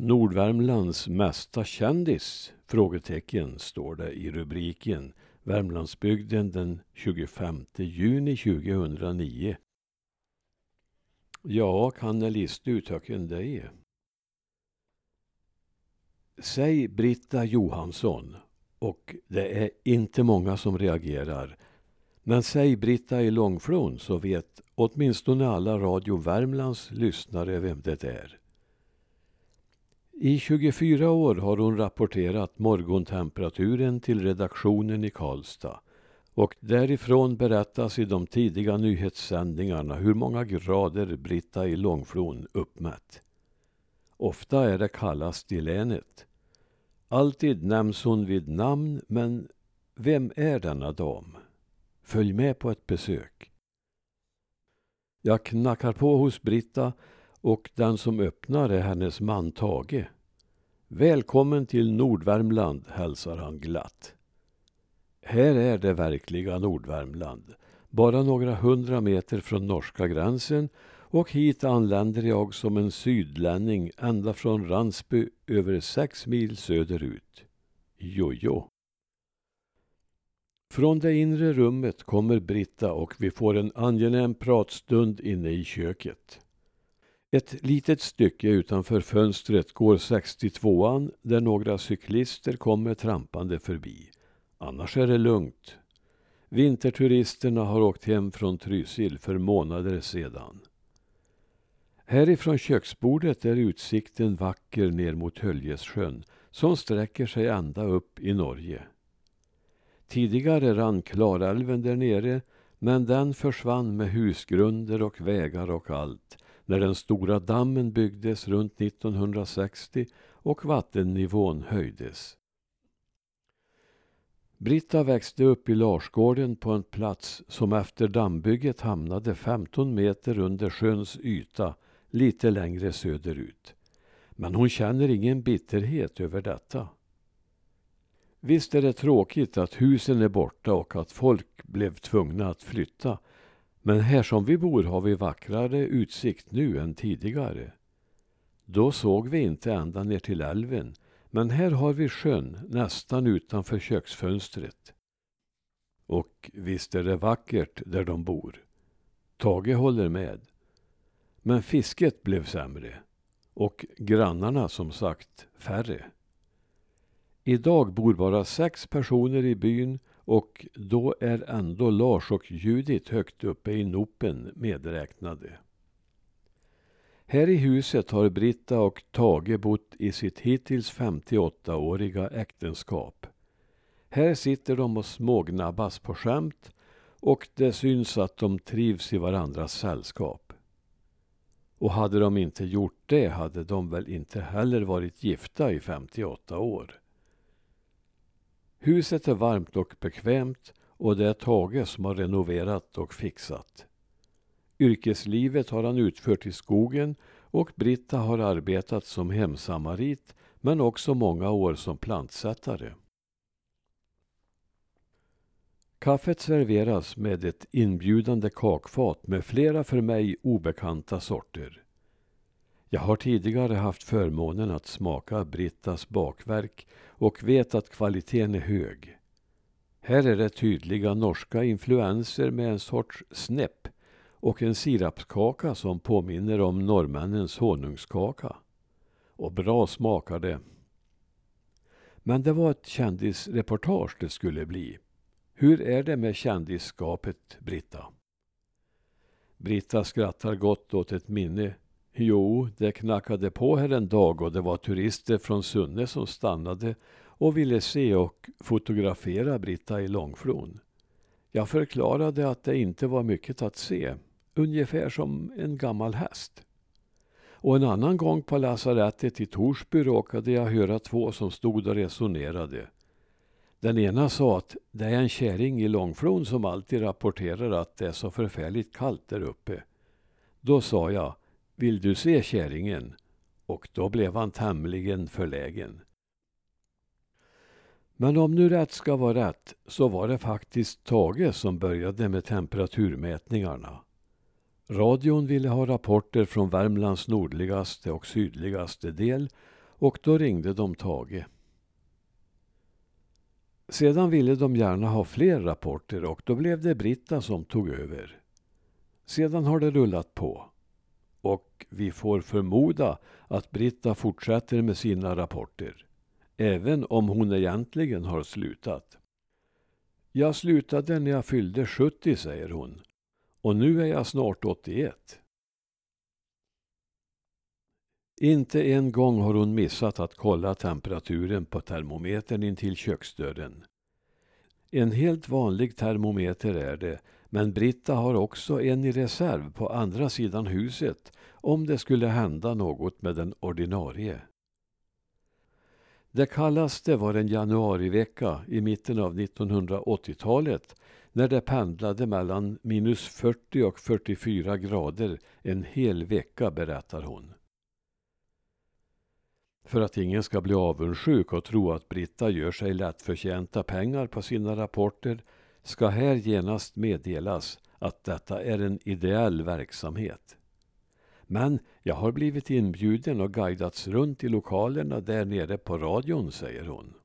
Nordvärmlands mesta kändis? Frågetecken står det i rubriken. Värmlandsbygden den 25 juni 2009. Ja, kan jag lista ut höken det är? Säg Britta Johansson, och det är inte många som reagerar. Men säg Britta i Långflon så vet åtminstone alla Radio Värmlands lyssnare vem det är. I 24 år har hon rapporterat morgontemperaturen till redaktionen i Karlstad. Och därifrån berättas i de tidiga nyhetssändningarna hur många grader Britta i Långflon uppmätt. Ofta är det kallast i länet. Alltid nämns hon vid namn, men vem är denna dam? Följ med på ett besök. Jag knackar på hos Britta och den som öppnar är hennes man Tage. Välkommen till Nordvärmland, hälsar han glatt. Här är det verkliga Nordvärmland. Bara några 100 meter från norska gränsen, och hit anländer jag som en sydlänning ända från Ransby över 6 mil söderut. Jojo. Från det inre rummet kommer Britta och vi får en angenäm pratstund inne i köket. Ett litet stycke utanför fönstret går 62an där några cyklister kommer trampande förbi. Annars är det lugnt. Vinterturisterna har åkt hem från Trysil för månader sedan. Härifrån köksbordet är utsikten vacker ner mot Höljesjön som sträcker sig ända upp i Norge. Tidigare rann Klarälven där nere, men den försvann med husgrunder och vägar och allt när den stora dammen byggdes runt 1960 och vattennivån höjdes. Britta växte upp i Larsgården på en plats som efter dammbygget hamnade 15 meter under sjöns yta lite längre söderut. Men hon känner ingen bitterhet över detta. Visst är det tråkigt att husen är borta och att folk blev tvungna att flytta. Men här som vi bor har vi vackrare utsikt nu än tidigare. Då såg vi inte ända ner till älven, men här har vi sjön nästan utanför köksfönstret. Och visst är det vackert där de bor. Tage håller med. Men fisket blev sämre. Och grannarna som sagt färre. Idag bor bara 6 personer i byn och då är ändå Lars och Judith högt uppe i nopen medräknade. Här i huset har Britta och Tage bott i sitt hittills 58-åriga äktenskap. Här sitter de och smågnabbas på skämt och det syns att de trivs i varandras sällskap. Och hade de inte gjort det hade de väl inte heller varit gifta i 58 år. Huset är varmt och bekvämt och det är Tage som har renoverat och fixat. Yrkeslivet har han utfört i skogen och Britta har arbetat som hemsamarit men också många år som plantsättare. Kaffet serveras med ett inbjudande kakfat med flera för mig obekanta sorter. Jag har tidigare haft förmånen att smaka Brittas bakverk och vet att kvaliteten är hög. Här är det tydliga norska influenser med en sorts snäpp och en sirapskaka som påminner om norrmännens honungskaka. Och bra smakar det. Men det var ett kändisreportage det skulle bli. Hur är det med kändisskapet, Britta? Britta skrattar gott åt ett minne. Jo, det knackade på här en dag och det var turister från Sunne som stannade och ville se och fotografera Britta i Långflon. Jag förklarade att det inte var mycket att se, ungefär som en gammal häst. Och en annan gång på lasarettet i Torsby råkade jag höra 2 som stod och resonerade. Den ena sa att det är en kärring i Långflon som alltid rapporterar att det är så förfärligt kallt där uppe. Då sa jag, vill du se kärringen? Och då blev han tämligen förlägen. Men om nu rätt ska vara rätt så var det faktiskt Tage som började med temperaturmätningarna. Radion ville ha rapporter från Värmlands nordligaste och sydligaste del och då ringde de Tage. Sedan ville de gärna ha fler rapporter och då blev det Britta som tog över. Sedan har det rullat på. Och vi får förmoda att Britta fortsätter med sina rapporter. Även om hon egentligen har slutat. Jag slutade när jag fyllde 70, säger hon. Och nu är jag snart 81. Inte en gång har hon missat att kolla temperaturen på termometern intill köksdörren. En helt vanlig termometer är det, men Britta har också en i reserv på andra sidan huset om det skulle hända något med den ordinarie. Det kallaste var en januarivecka i mitten av 1980-talet när det pendlade mellan minus 40 och 44 grader en hel vecka, berättar hon. För att ingen ska bli avundsjuk och tro att Britta gör sig lättförtjänta pengar på sina rapporter ska här genast meddelas att detta är en ideell verksamhet. Men jag har blivit inbjuden och guidats runt i lokalerna där nere på radion, säger hon.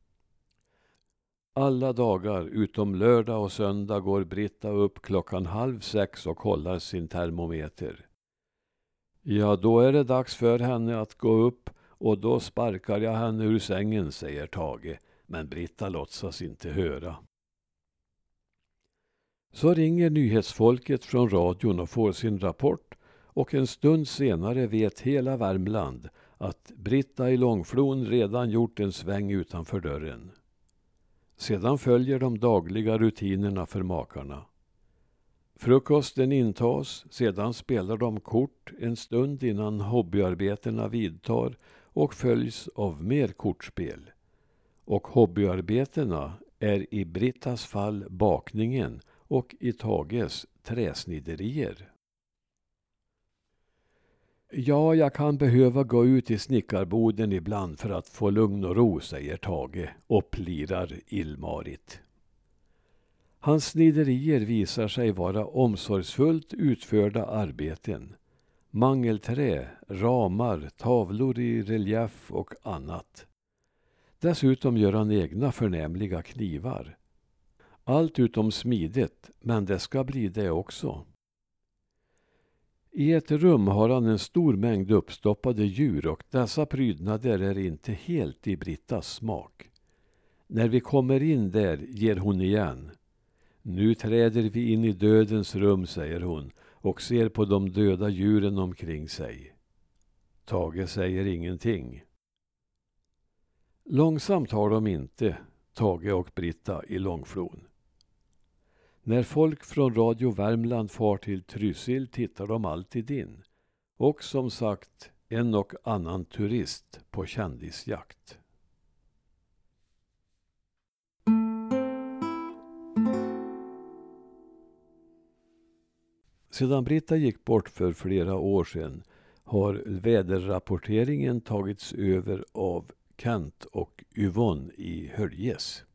Alla dagar utom lördag och söndag går Britta upp 5:30 och kollar sin termometer. Ja, då är det dags för henne att gå upp och då sparkar jag henne ur sängen, säger Tage, men Britta låtsas inte höra. Så ringer nyhetsfolket från radion och får sin rapport och en stund senare vet hela Värmland att Britta i Långflon redan gjort en sväng utanför dörren. Sedan följer de dagliga rutinerna för makarna. Frukosten intas, sedan spelar de kort en stund innan hobbyarbetena vidtar och följs av mer kortspel. Och hobbyarbetena är i Brittas fall bakningen och i Tages träsniderier. Ja, jag kan behöva gå ut i snickarboden ibland för att få lugn och ro, säger Tage och plirar illmarigt. Hans sniderier visar sig vara omsorgsfullt utförda arbeten. Mangelträ, ramar, tavlor i relief och annat. Dessutom gör han egna förnämliga knivar. Allt utom smidigt, men det ska bli det också. I ett rum har han en stor mängd uppstoppade djur och dessa prydnader är inte helt i Brittas smak. När vi kommer in där ger hon igen. Nu träder vi in i dödens rum, säger hon och ser på de döda djuren omkring sig. Tage säger ingenting. Långsamt har de inte, Tage och Britta i Långflon. När folk från Radio Värmland far till Trysil tittar de alltid in. Och som sagt, en och annan turist på kändisjakt. Sedan Britta gick bort för flera år sedan har väderrapporteringen tagits över av Kent och Yvonne i Höljes.